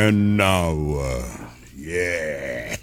And now, yeah.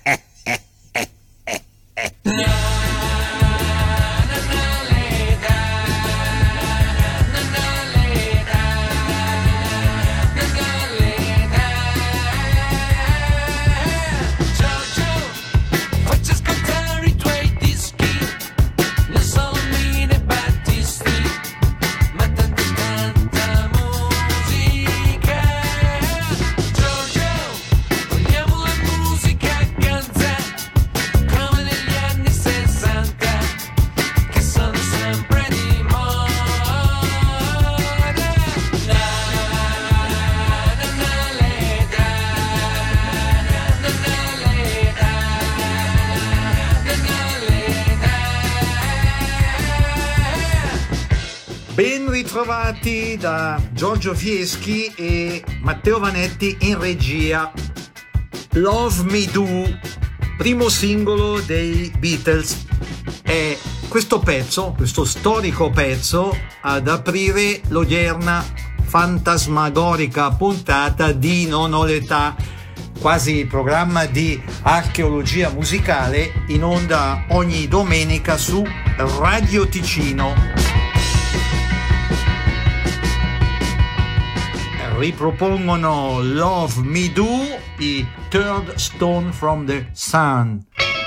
Ben ritrovati da Giorgio Fieschi e Matteo Vanetti in regia. Love Me Do, primo singolo dei Beatles, è questo pezzo, questo storico pezzo, ad aprire l'odierna fantasmagorica puntata di Non ho l'età, quasi programma di archeologia musicale in onda ogni domenica su Radio Ticino. Ripropongono Love Me Do, i Third Stone from the Sun.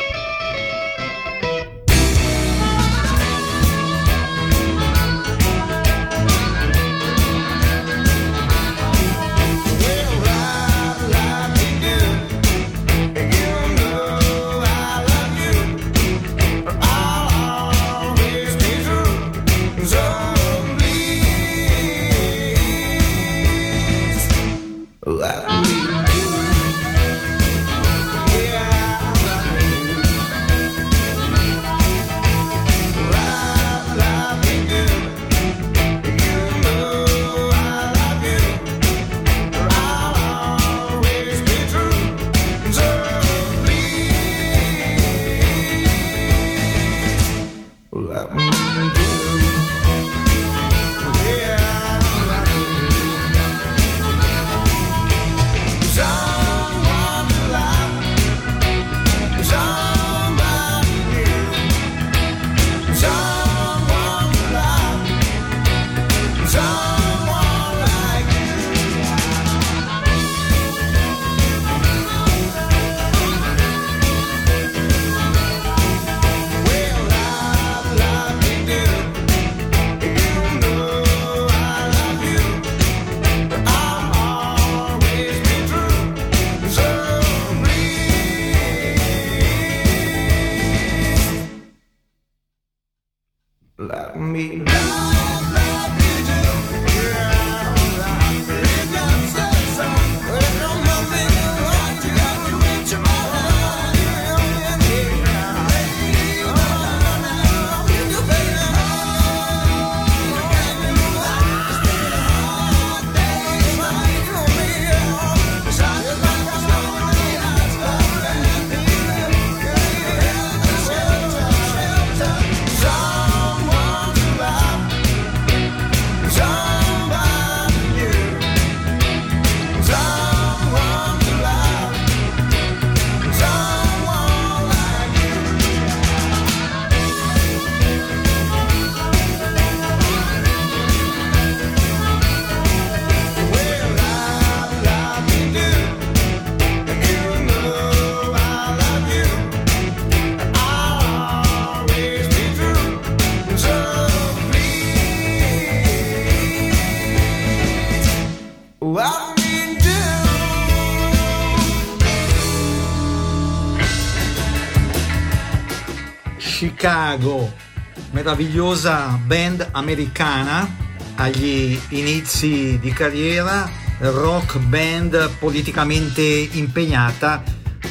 Chicago, meravigliosa band americana agli inizi di carriera, rock band politicamente impegnata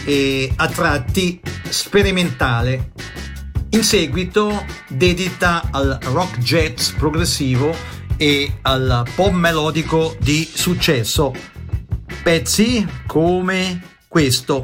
e a tratti sperimentale. In seguito dedita al rock jazz progressivo e al pop melodico di successo. Pezzi come questo.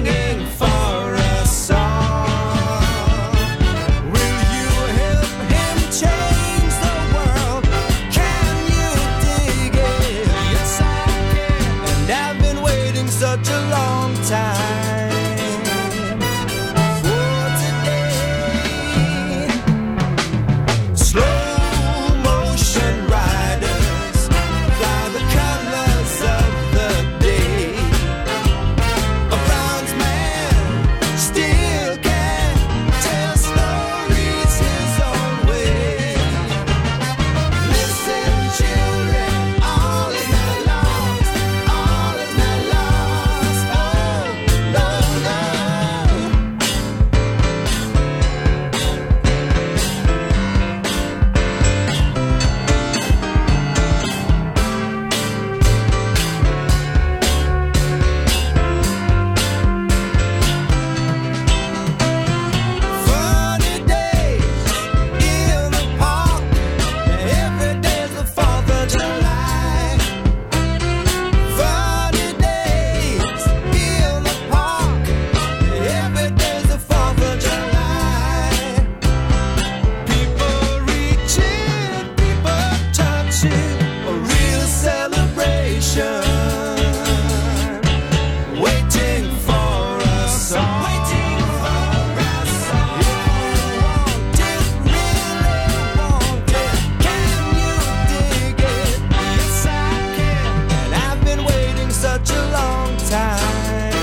singing for a song. Will you help him change the world? Can you dig it? Yes, I can. And I've been waiting such a long time for today. Slow motion riders fly the colors of the day. A bronze man still can tell stories his own way. Listen, children, all is not lost, all is not lost. Oh, no, no. Funny days in the park. Every day's the 4th of July. Funny days in the park. Every day's the 4th of July. People reaching, people touching, a real celebration. Waiting for a song. Waiting for a song. If you want it, really want it, can you dig it? Yes, I can. And I've been waiting such a long time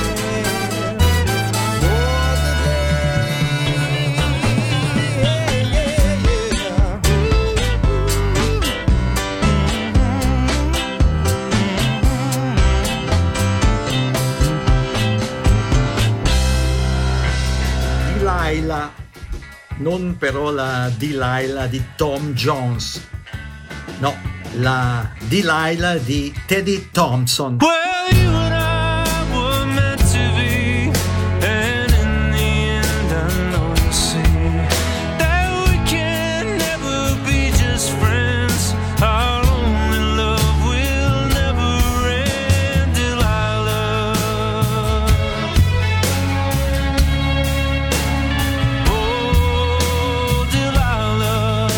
for the day. Delilah, non però la Delilah di Tom Jones, no, la Delilah di Teddy Thompson. Well, you and I were meant to be, and in the end I know you see that we can never be just friends. Our only love will never end, Delilah. Oh, Delilah.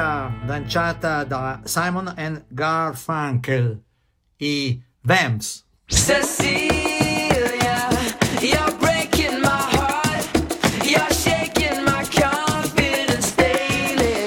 musica lanciata da Simon and Garfunkel, i Vamps. Cecilia, you're breaking my heart. You're shaking my confidence daily.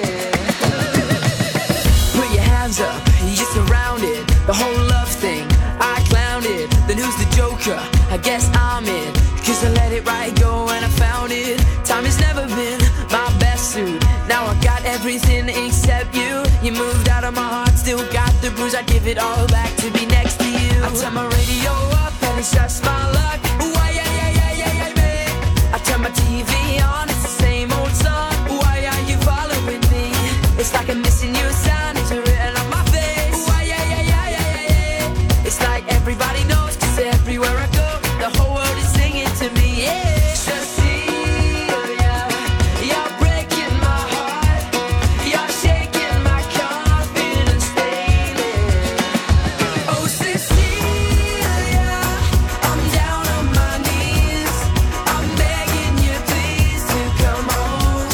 Put your hands up, you're surrounded. The whole love thing, I clowned it. Then who's the joker? I guess I'm it. Cause I let it right go and I found it. Time has never been my best suit. Now I got everything except you. You moved out of my heart, still got the bruise. I give it all back to be next to you. I turn my radio up and it's just my luck. Ooh, yeah, babe. I turn my TV on, it's the same old song. Why are you following me? It's like I'm missing you, a sign is written on my face. Ooh, yeah. It's like everybody knows, cause everywhere I go, the whole world is singing to me, yeah. Cecilia, you're breaking my heart. You're shaking my confidence daily. Oh, Cecilia, I'm down on my knees. I'm begging you please to come home.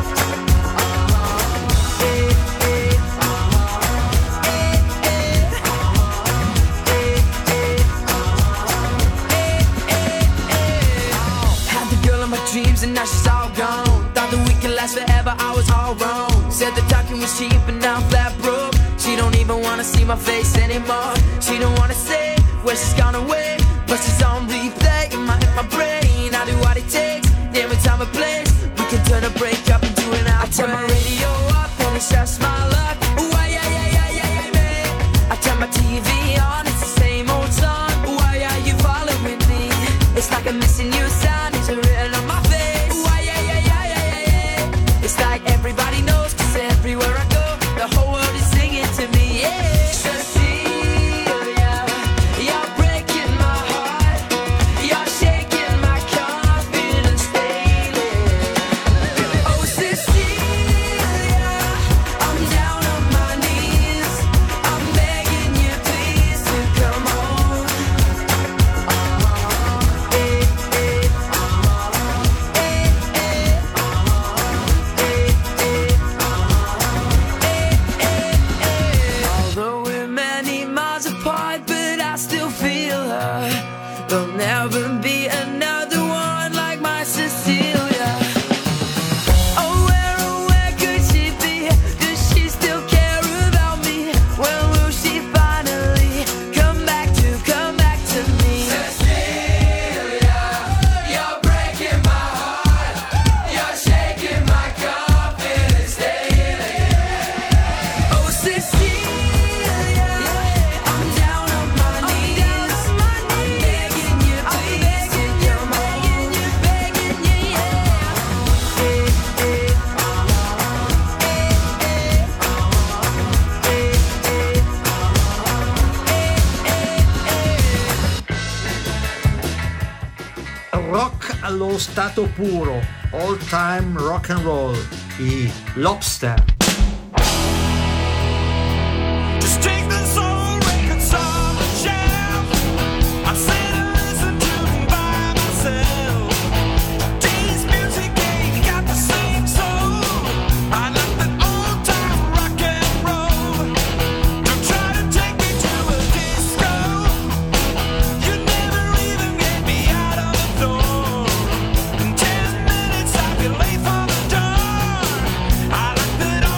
Had the girl of my dreams and now she's all gone. Thought that we could last forever, I was all wrong. Said the talking was cheap and now I'm flat broke. She don't even wanna see my face anymore. She don't wanna say where she's gone away, but she's on replay in my brain. I do what it takes, name a time and place. We can turn a breakup into an outbreak. I turn my radio up and it's just my luck. Ooh, yeah, babe. I turn my TV on, it's the same old song. Why are you following me? It's like I'm missing you, a sign is written on my face. Ooh, yeah. It's like everybody knows, cause everywhere I go, the whole world is singing to me, yeah. Cecilia, you're breaking my heart. You're shaking my confidence daily. Oh, Cecilia, I'm down on my knees. I'm begging you please to come home. Although we're many miles apart, but I still feel her. There'll never be another one like my Cecilia. Oh, where could she be? Does she still care about me? When will she finally come back to me? Cecilia, you're breaking my heart. You're shaking my confidence daily. Oh, Cecilia, I'm down on my knees. I'm begging you, please to come home. Begging you, yeah. Rock allo stato puro, all time rock and roll, i Lobster. Just take this old records off the shelf. I sit and listen to them by myself. Today's music ain't got the same soul. I like that old time rock and roll. Don't try to take me to a disco. You never even get me out of the door. In 10 minutes I'll be late for the door. I like that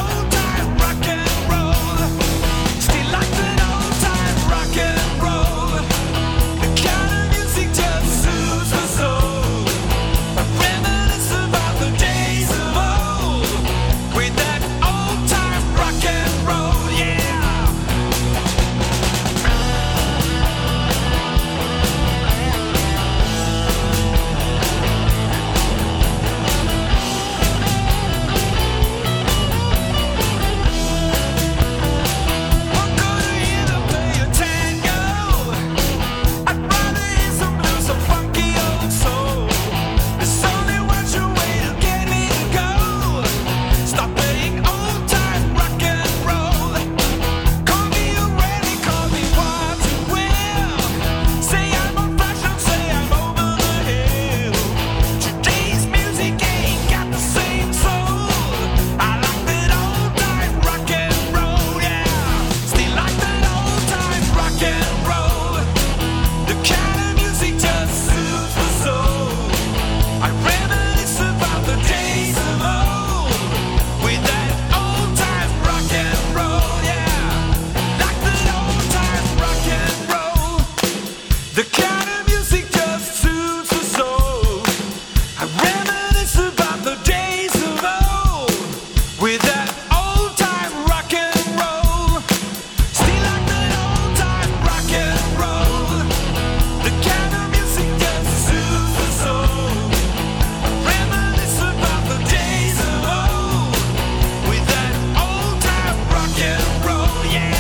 I reminisce about the days of old with that old time rock and roll. Still like that old time rock and roll. The kind of music that soothes the soul. I reminisce about the days of old with that old time rock and roll, yeah.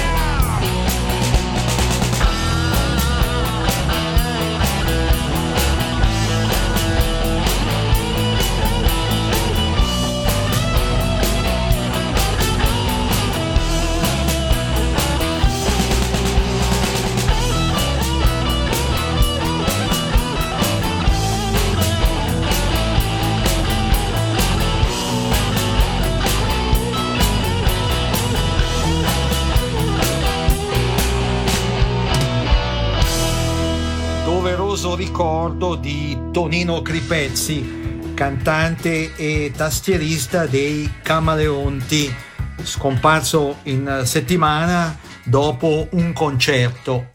Doveroso ricordo di Tonino Cripezzi, cantante e tastierista dei Camaleonti, scomparso in settimana dopo un concerto.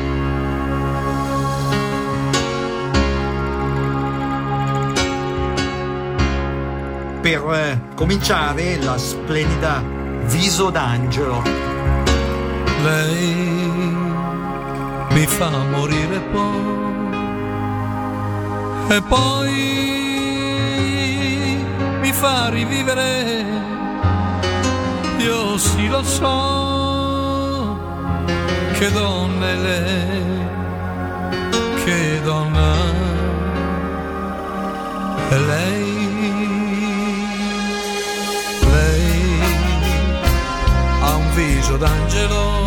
Per cominciare, la splendida Viso d'Angelo. Lei mi fa morire e poi mi fa rivivere. Io sì lo so, che donna è lei, che donna è lei. Lei ha un viso d'angelo,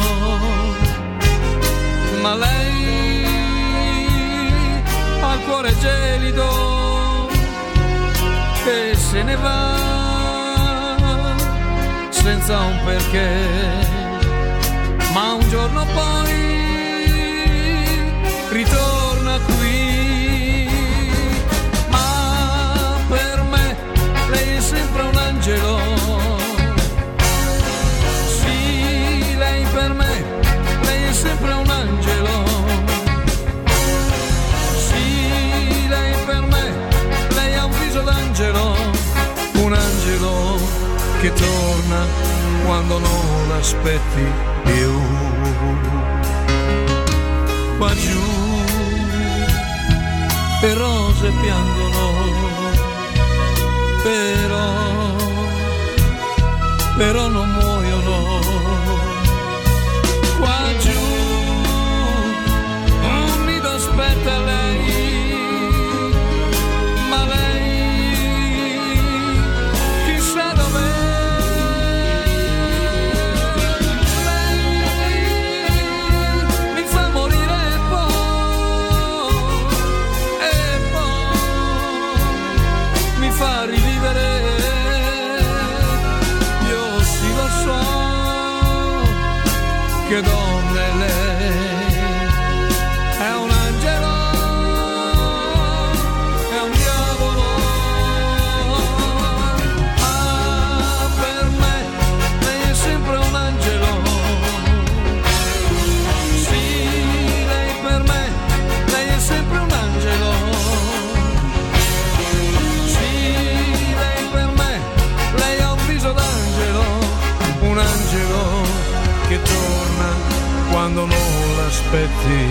ma lei ha il cuore gelido che se ne va senza un perché, ma un giorno poi ritorna qui. Ma per me lei è sempre un angelo, sì, lei per me, lei è sempre un angelo. Sì, lei per me, lei ha un viso d'angelo, un angelo che torna quando non l'aspetti più. Qua giù le rose piangono, però non muoiono. Qua giù un nido aspetta lei, ma lei chissà dov'è. Lei mi fa morire e poi mi fa rivivere. Io sì lo so, che donna è lei, è un angelo, è un diavolo. Ah, per me lei è sempre un angelo, sì, lei per me, lei è sempre un angelo, sì, lei per me, lei ha un viso d'angelo, un angelo che torna quando non l'aspetti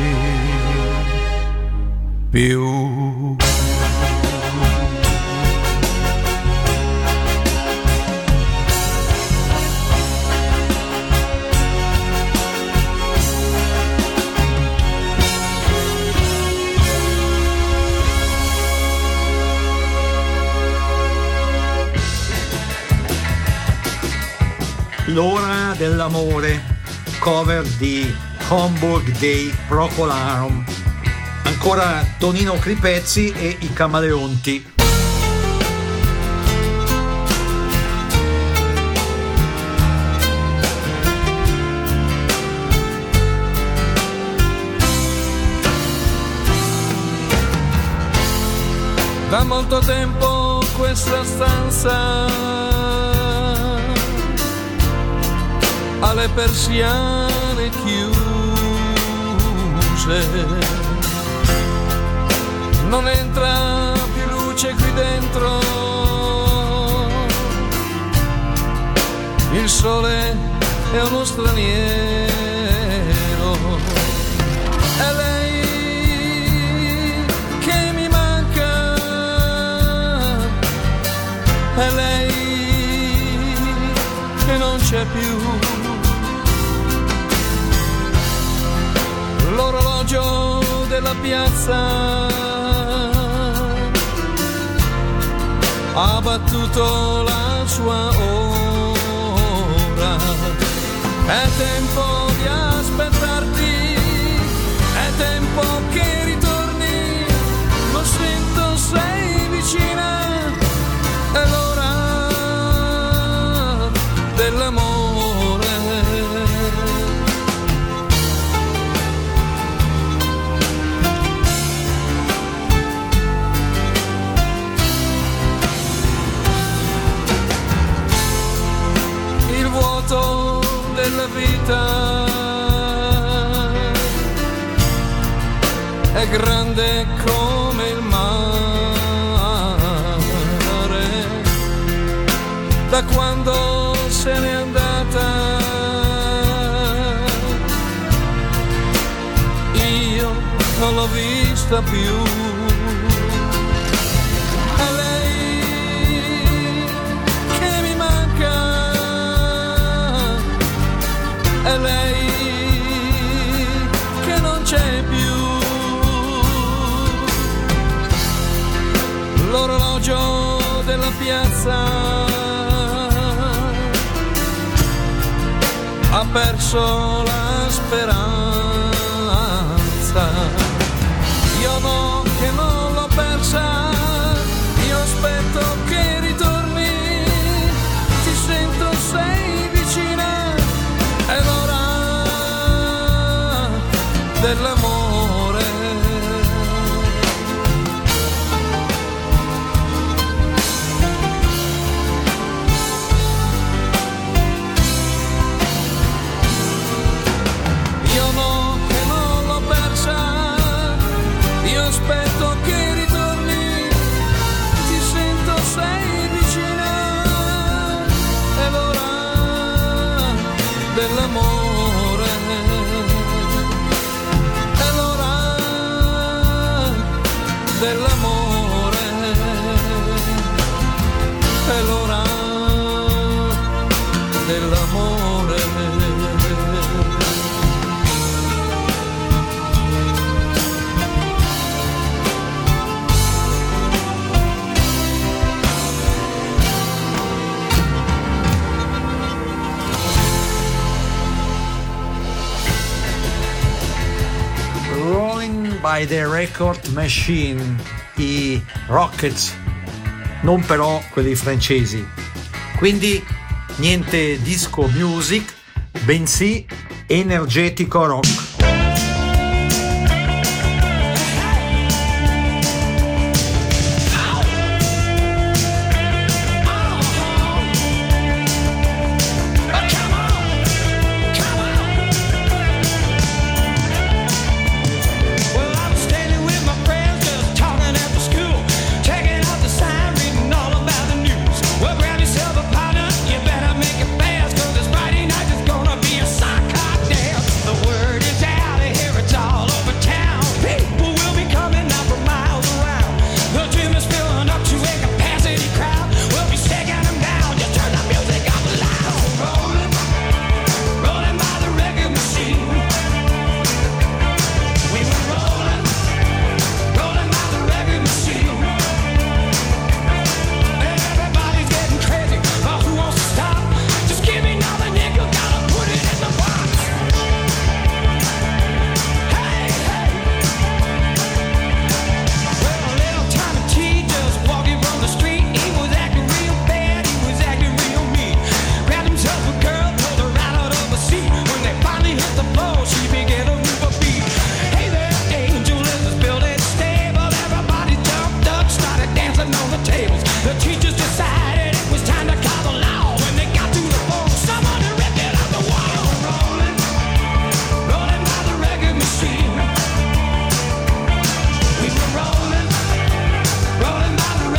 più. L'ora dell'amore, cover di Homburg dei Procolarum. Ancora Tonino Cripezzi e i Camaleonti. Da molto tempo questa stanza ha le persiane chiuse, non entra più luce c'è qui dentro, il sole è uno straniero, è lei che mi manca, è lei che non c'è più. L'orologio della piazza ha battuto la sua ora, è tempo di aspettarti, è tempo che ritorni, lo sento, sei vicina, è l'ora dell'amore. Il vuoto della vita è grande come il mare, da quando se n'è andata io non l'ho vista più. È lei che mi manca, è lei che non c'è più. L'orologio della piazza ha perso la speranza, io no, che non l'ho persa, io aspetto che ritorni, ti sento, sei vicina, è l'ora dell'amore. Io no, che non l'ho persa, io aspetto che ritorni, ti sento, sei vicina, è l'ora dell'amore, è l'ora dell'amore, è l'ora dell'amore. Rolling by the Record Machine, i Rockets, non però quelli francesi. Quindi niente disco music, bensì energetico rock. Well, I'm standing with my friends, just talking after school, checking out the sign, reading all about the news. Well, grab yourself a partner, you better make it fast, 'cause this Friday night is gonna be a sock hop dance. The word is out, I hear it's all over town. People will be coming out from miles around. The gym is filling up to a capacity crowd. We'll be shaking them down, just turn the music up loud. Rolling, rolling by the record machine. We were rolling, rolling by the record machine. Everybody's getting crazy, but who wants to stop? Just give me another nickel, gotta put it in the box. Hey, hey. Well, a little Tommy T just walking from the street. He was acting real bad, he was acting real mean. Grabbed himself a girl, pulled her right out of a seat. When they finally hit the floor, she began to move her feet. Hey there, angel, in this building stable. Everybody jumped up, started dancing on the tables. The teachers decided it was time to call the law. When they got to the floor, someone ripped it out the wall. Rolling, rolling by the record machine. We were rolling, rolling by the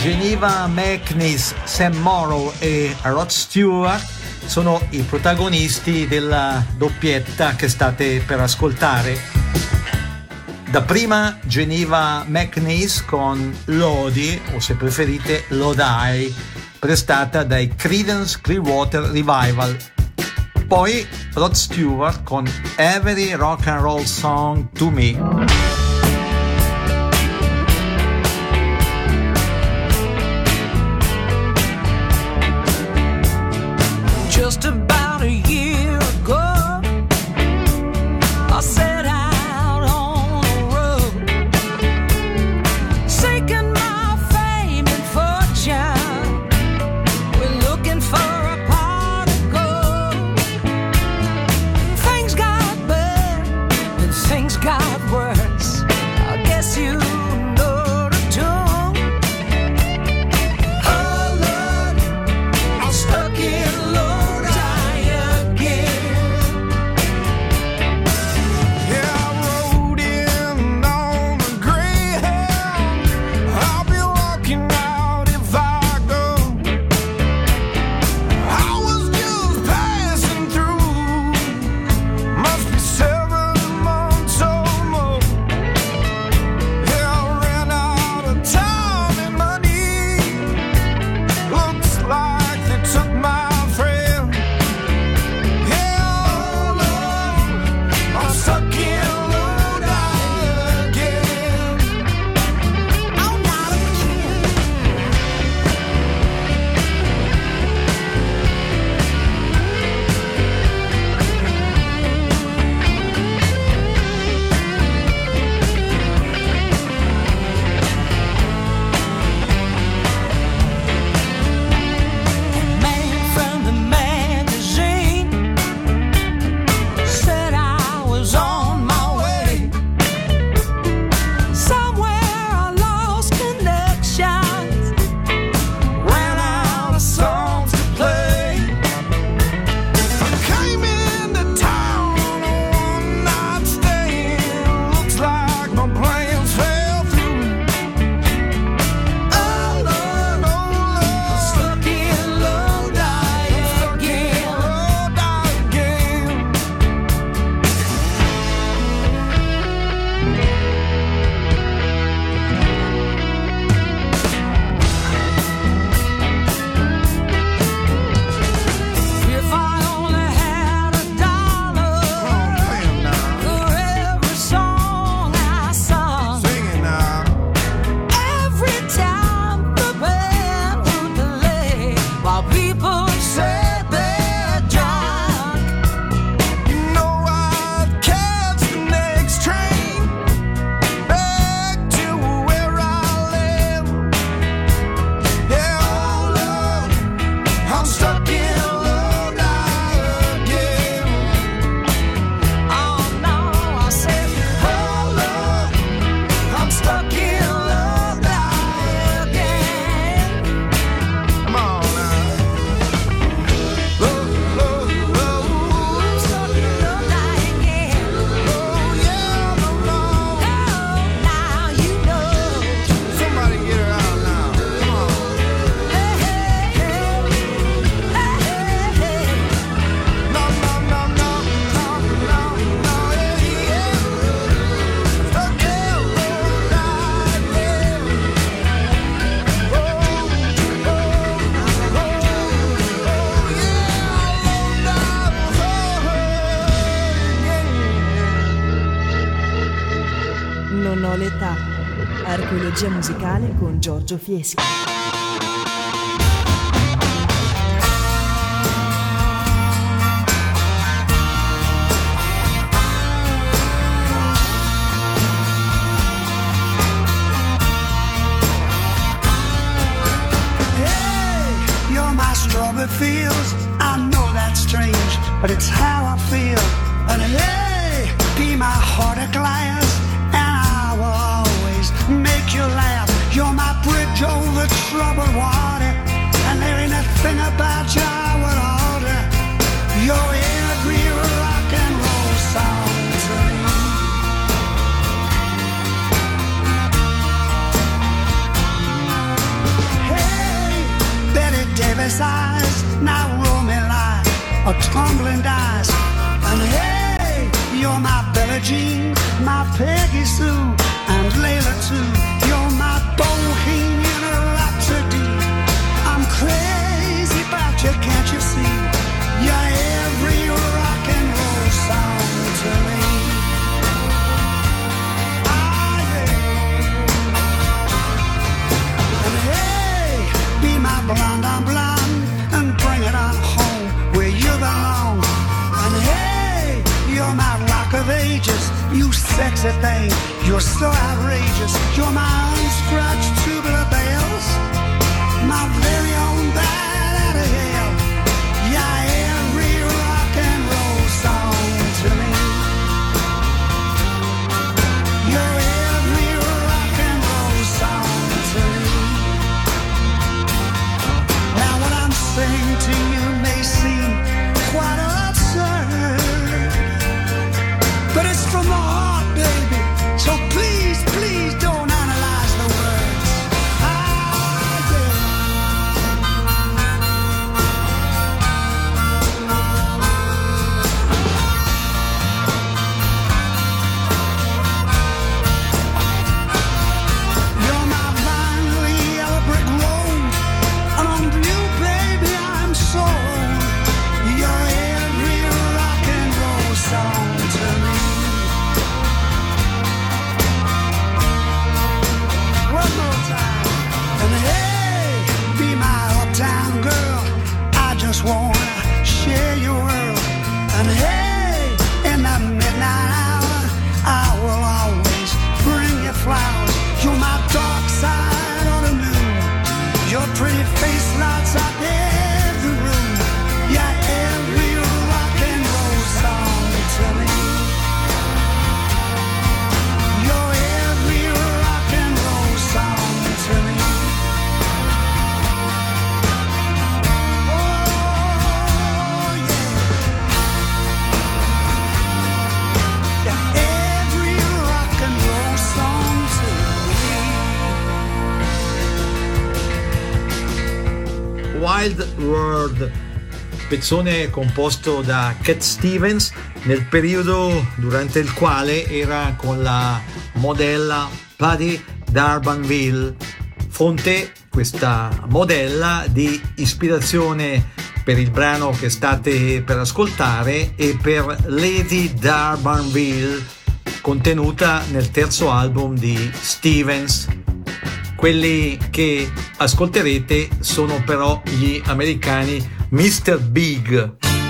Geneva McNeese, Sam Morrow e Rod Stewart sono i protagonisti della doppietta che state per ascoltare. Dapprima Geneva McNeese con Lodi, o se preferite Lodi, prestata dai Creedence Clearwater Revival. Poi Rod Stewart con Every Rock and Roll Song to Me. Just about a year ago, I set out on the road, seeking my fame and fortune. We're looking for a pot of gold. Things got bad and things got worse. I guess you know the tune. Oh Lord, I'm stuck in love. Archeologia musicale con Giorgio Fieschi. Hey, you're my strawberry fields. I know that's strange, but it's how I feel. And hey, be my heart of glass, and I will always make you laugh. You're my bridge over troubled water, and there ain't a thing about you I would order. You're every rock and roll song to me. a tumbling dice. And hey, you're my Billie Jean, my Peggy Sue, and Layla too. You're my Bohemian Rhapsody. I'm crazy about you, can't you see? You're every rock and roll song to me. Ah, yeah. And hey, be my blonde on blonde and bring it on home where you belong. And hey, you're my rock of ages, you sexy thing, you're so outrageous. You're my unscratched tubular bells, my very own bat out of hell. Yeah, every rock and roll song to me. You're every rock and roll song to me. Now what I'm saying to you may seem quite absurd, but it's from the heart, baby. So please, please don't analyze the words. Ah, yeah. You're my finely yellow brick road, and on you, baby, I'm sold. You're every rock and roll song to me. One more time. And hey, be my uptown girl. I just wanna share your world. And hey, in the midnight hour, I will always bring you flowers. You're my dark side of the moon. Your pretty face lights up every room. Yeah, every rock and roll song to me. You're every rock and roll song to me. Oh, yeah. Yeah, every rock and roll song to me. Wild World, pezzone composto da Cat Stevens nel periodo durante il quale era con la modella Patty D'Urbanville, fonte questa modella di ispirazione per il brano che state per ascoltare e per Lady D'Urbanville, contenuta nel terzo album di Stevens. Quelli che ascolterete sono però gli americani Mr. Big.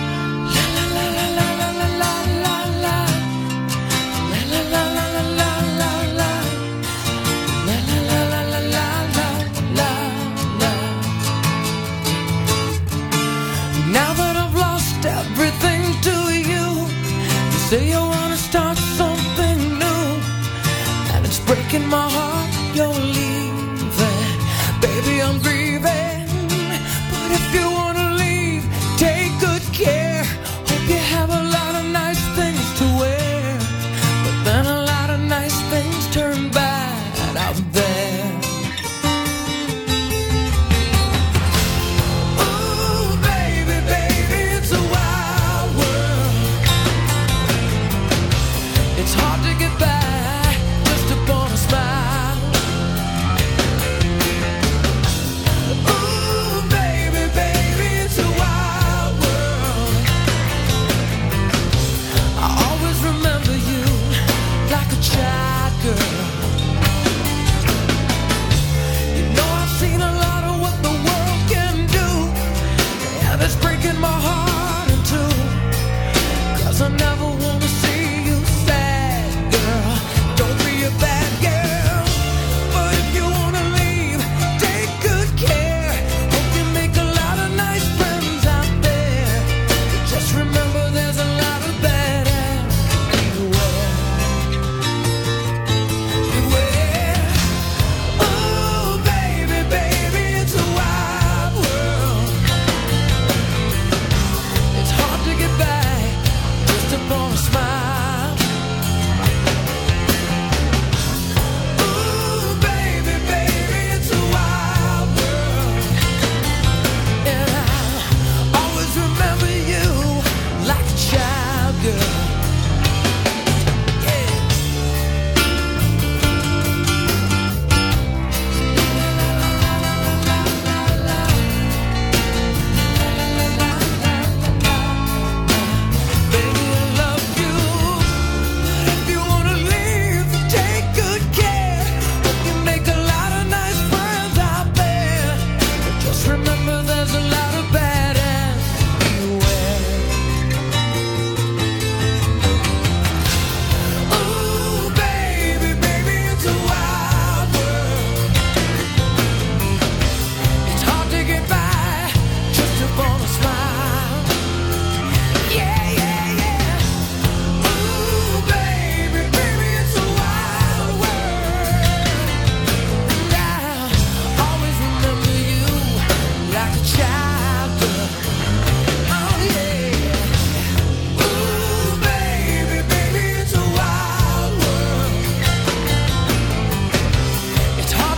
Now that I've lost everything to you, you say you wanna start something new, and it's breaking my heart you're leaving. Baby, I'm grieving, but if you wanna leave, take good care. Hope you have a lot of nice things to wear, but then a lot of nice things turn bad out there. Ooh, baby, baby, it's a wild world. It's hard to get by just upon a smile. Ooh, baby, baby, it's a wild world. I always remember you like a child girl.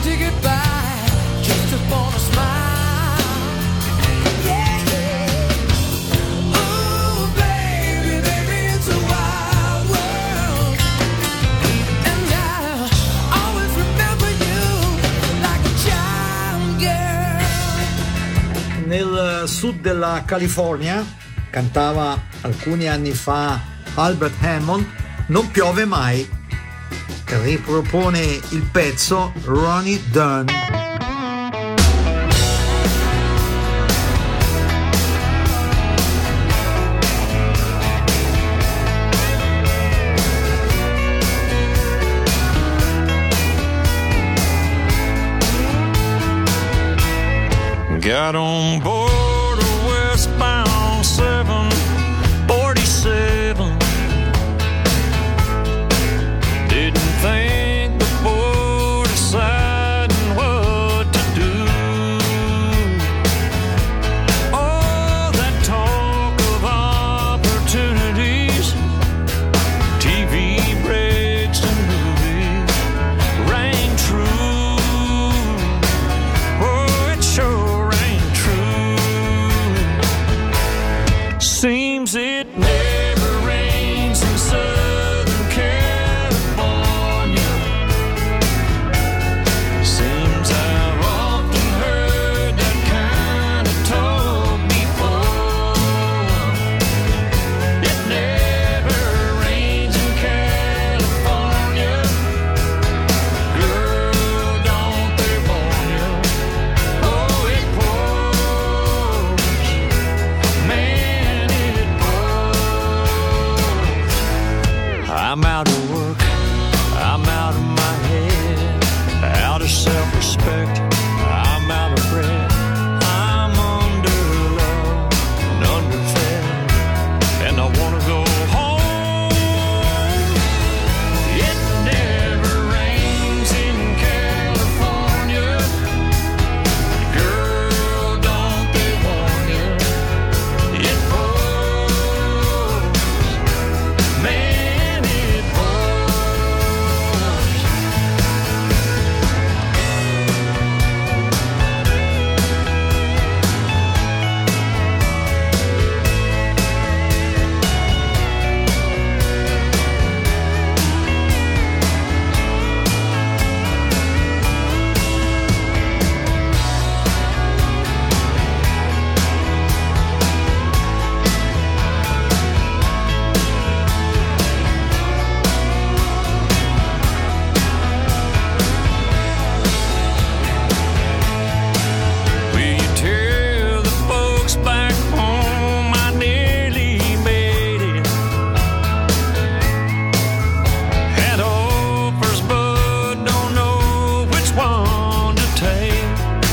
to get by, just upon a smile. Yeah. Oh, baby, baby, it's a wild world, and I'll always remember you like a child girl. Nel sud della California, cantava alcuni anni fa Albert Hammond, non piove mai. Ripropone il pezzo Ronnie Dunn. Got on board a westbound 747. Didn't think before deciding what to do. All that talk of opportunities, TV breaks and movies, rang true. Oh, it sure rang true. Seems it never rains in Southern California. Seems I've often heard that kind of talk before. It never rains in California. Girl, don't they warn you? Oh, it pours. Man, it pours. I'm out of work, I'm out of my head, out of self-respect, I'm out of breath, I'm underloved and underfed, and I wanna go home. It never rains in California. Girl, don't they warn you? It pours. Man, it pours. Will you tell the folks back home I nearly made it? Had offers but don't know which one to take.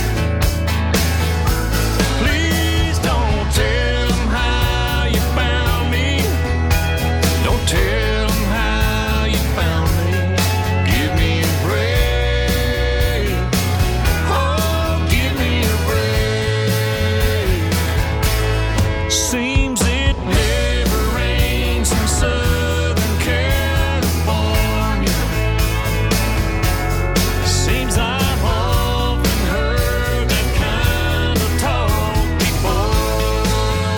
Please don't tell them how you found me. Don't tell them how you found me. Give me a break. Oh, give me a break. Seems it never rains in Southern California. Seems I've often heard that kind of talk before.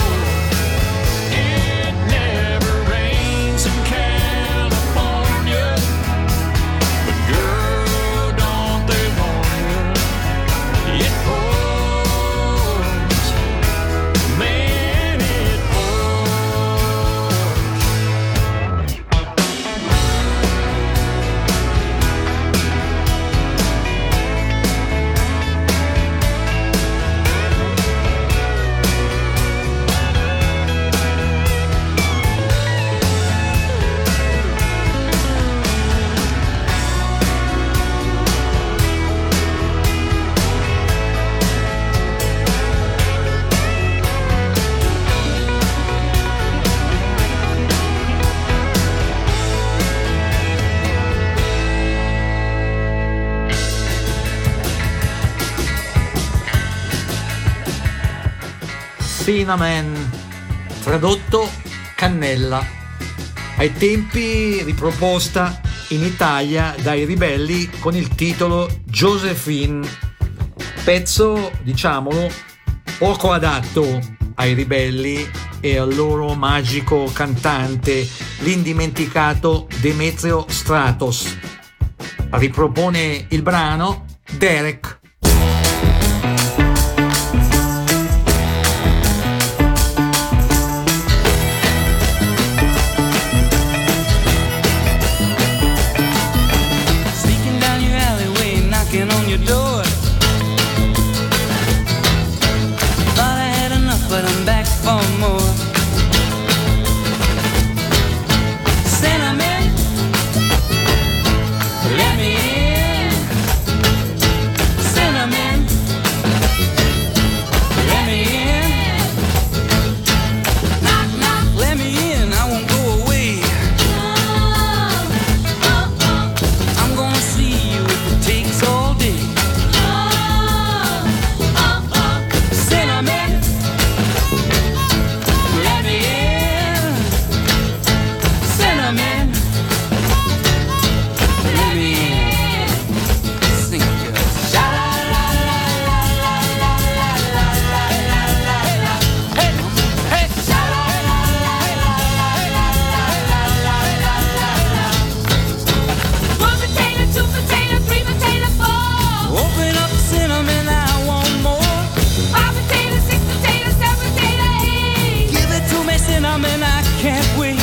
It never rains in California. But girl, don't they warn you? It pours. Man, it pours. Cinnamon, tradotto cannella. Ai tempi riproposta in Italia dai Ribelli con il titolo Josephine, pezzo, diciamolo, poco adatto ai Ribelli e al loro magico cantante, l'indimenticato Demetrio Stratos. Ripropone il brano Derek. On your door, thought I had enough, but I'm back for more. Cinnamon, let me in. Cinnamon, let me in. Knock, knock, let me in. I won't go away. I'm gonna see you if it takes all day. Cinnamon, let me in. Cinnamon, let me in. Sing it, girl. Hey, hey. One potato, two potato, three potato, four. Open up, cinnamon, I want more. Five potato, six potato, seven potato, eight. Give it to me, cinnamon, I can't wait.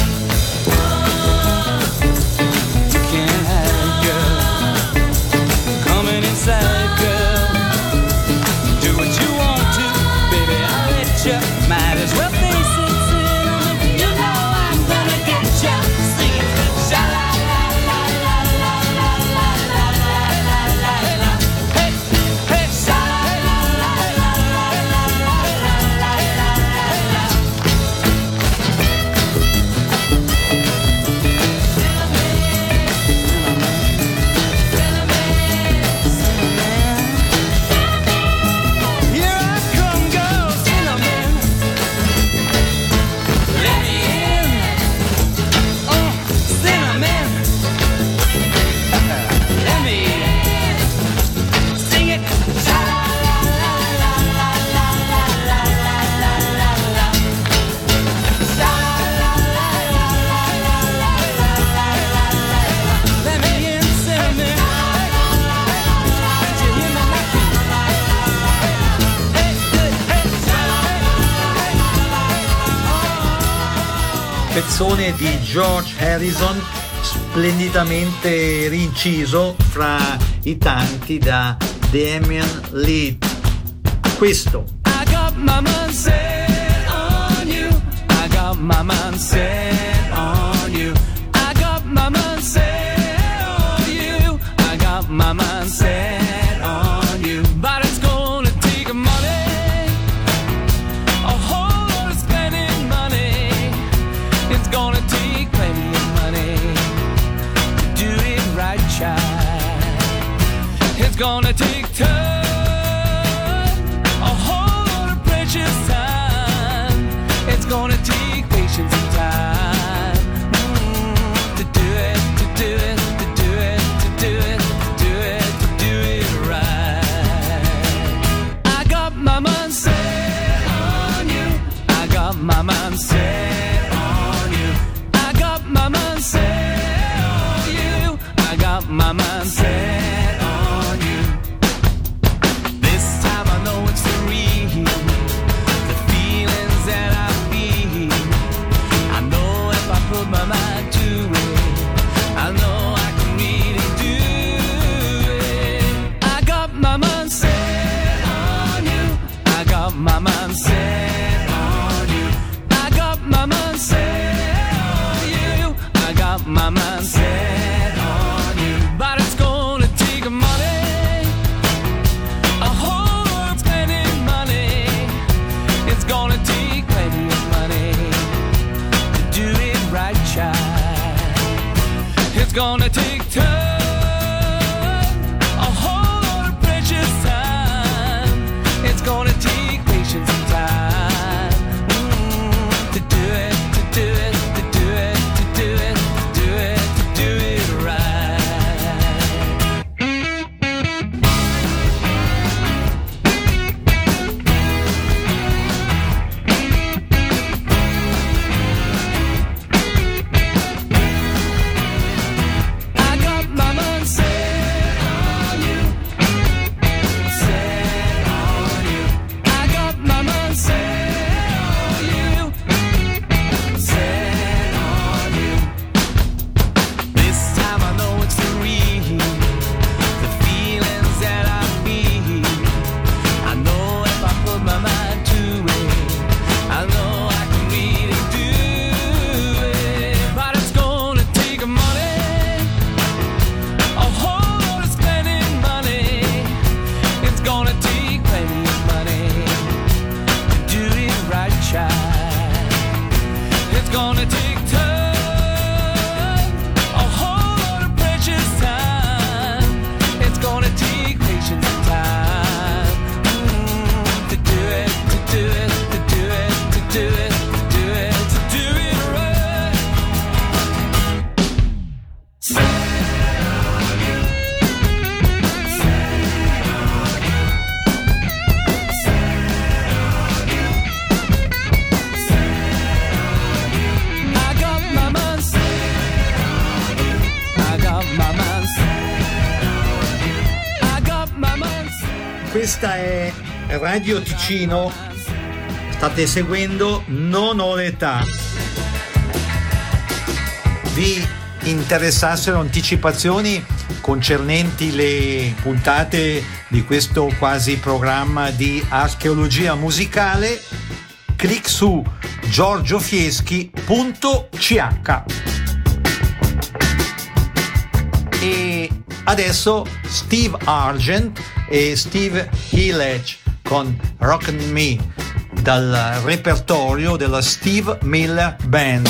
You can't have it, girl. Coming inside, girl. Do what you want to, baby, I'll let you. Might as well face it, cinnamon. You know I'm gonna get you. Sing it, sha-la-la-la-la-la-la-la-la-la-la-la. Hey, hey, here I come, girl, cinnamon. Let me in. Cinnamon. Let me in. Sing it. Sha-la-la-la-la-la-la-la-la-la-la. Sha-la-la-la-la-la-la-la-la-la. Let me in, cinnamon. Did you hear me knocking? Hey, hey, hey. Pezzone di George Harrison, splendidamente rinciso fra i tanti da Damian Leith. Questo I got my mind set on you. I got my mind set on you. I got my mind set on you. I got my mind set on you. But it's gonna take money, a whole lot of spending money. It's gonna take plenty of money to do it right, child. It's gonna take time. A whole lot of precious time. It's gonna take patience and time to do it, to do it, to do it, to do it, to do it, to do it right. I got my mind set on you. I got my mind set on you. I got my mind set on you. I got my mind set on you. This time I know it's for real. The feelings that I feel, questa è Radio Ticino, state seguendo Non ho l'età. Vi interessassero anticipazioni concernenti le puntate di questo quasi programma di archeologia musicale, clic su giorgiofieschi.ch. E adesso Steve Argent e Steve Hillage con Rockin' Me dal repertorio della Steve Miller Band.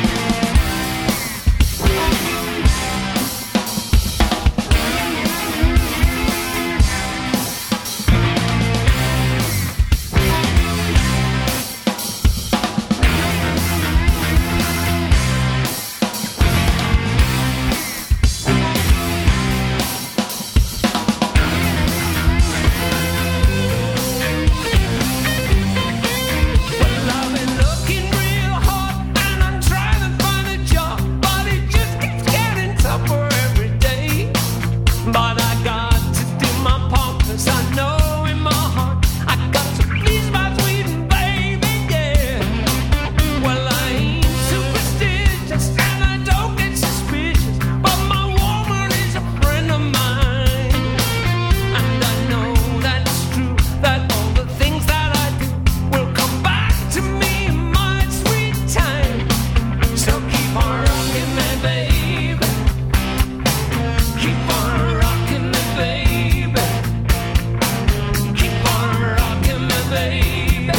I've been looking real hard and I'm trying to find a job, but it just keeps getting tougher every day. But I got to do my part, 'cause I know in my heart I got to please my sweet baby, yeah. Well, I ain't superstitious and I don't get suspicious, but my woman is a friend of mine. And I know that it's true, that all the things that I do will come back to me in my sweet time. So keep on rocking me, baby. Keep on rocking me, baby. Keep on rocking me, baby.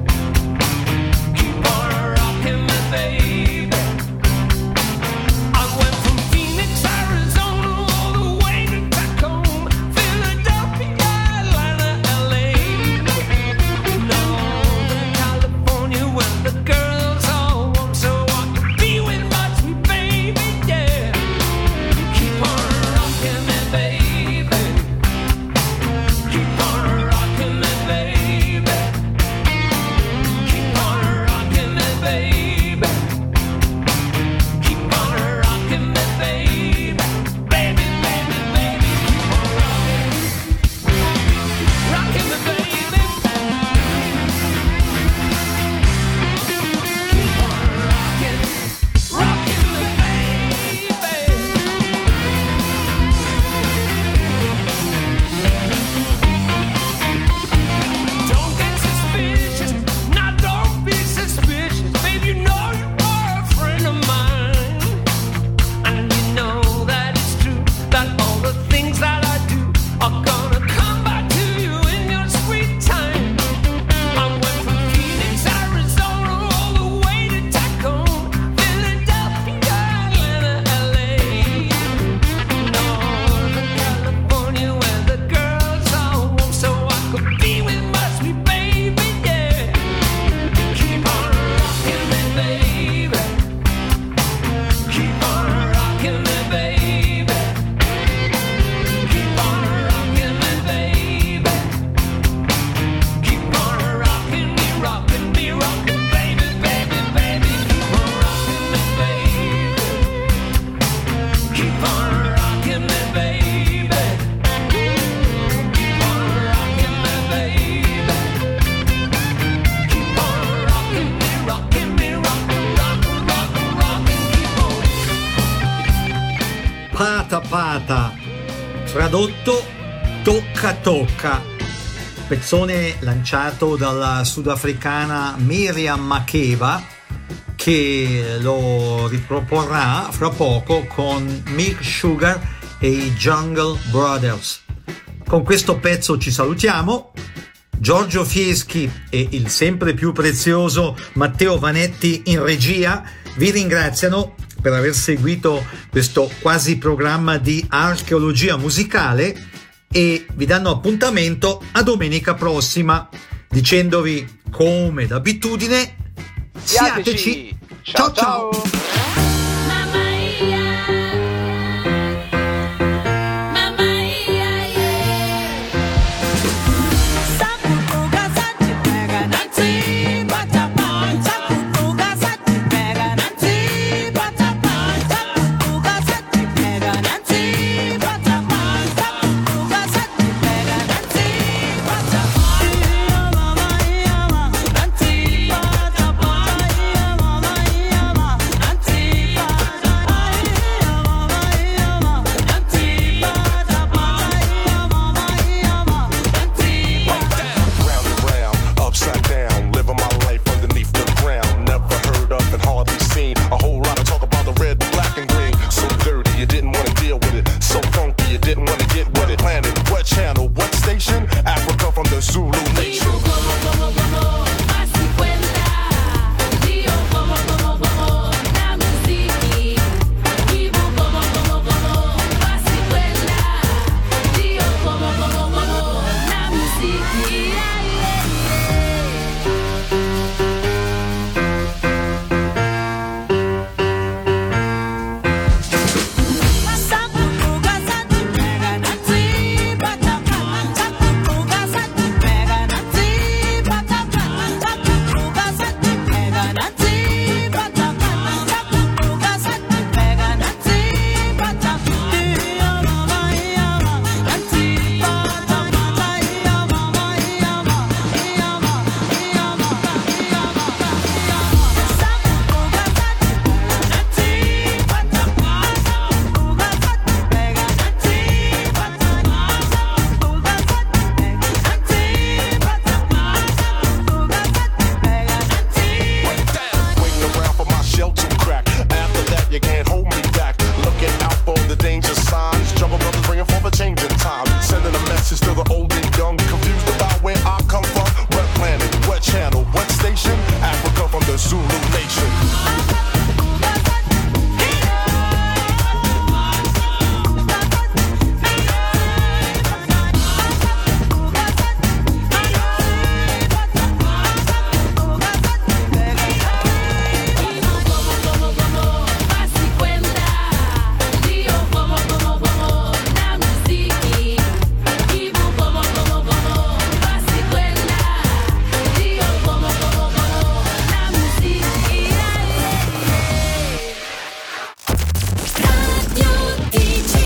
Keep on rocking me, baby. I went from Phoenix, Arizona, all the way to Tacoma, Philadelphia, Atlanta, LA. Northern California, where the girls all warm, so I could be with my sweet baby, yeah. Keep on rocking me, baby. Keep on rocking me, baby. Keep on rocking me, baby. Keep on rocking me, baby. Baby, baby, baby, keep on rocking. Rocking me, baby. Keep on rocking. Rocking me, baby. Don't get suspicious. Now don't be suspicious. Babe, you know you are a friend of mine. And you know that it's true, that all the things that I do are gonna come back to you in your sweet time. I went from Phoenix, Arizona, all the way to Tacoma, Philadelphia, Atlanta, LA. Northern California, where the girls are warm, so I could be with my sweet baby, yeah. Keep on rocking me, baby. Keep on rocking me, baby. Keep on rocking me, baby. Keep on rocking me, rocking me, rocking, baby, baby, baby. Keep on rocking me, baby. Keep on rocking me, baby. Keep on rocking me, baby. Keep on rocking me, rocking me, rocking, rocking, rocking, rocking, keep on. Pata Pata, tradotto Tocca Tocca, pezzone lanciato dalla sudafricana Miriam Makeba, che lo riproporrà fra poco con Mick Sugar e i Jungle Brothers. Con questo pezzo ci salutiamo. Giorgio Fieschi e il sempre più prezioso Matteo Vanetti in regia vi ringraziano per aver seguito questo quasi programma di archeologia musicale e vi danno appuntamento a domenica prossima, dicendovi come d'abitudine: siateci! Ciao ciao!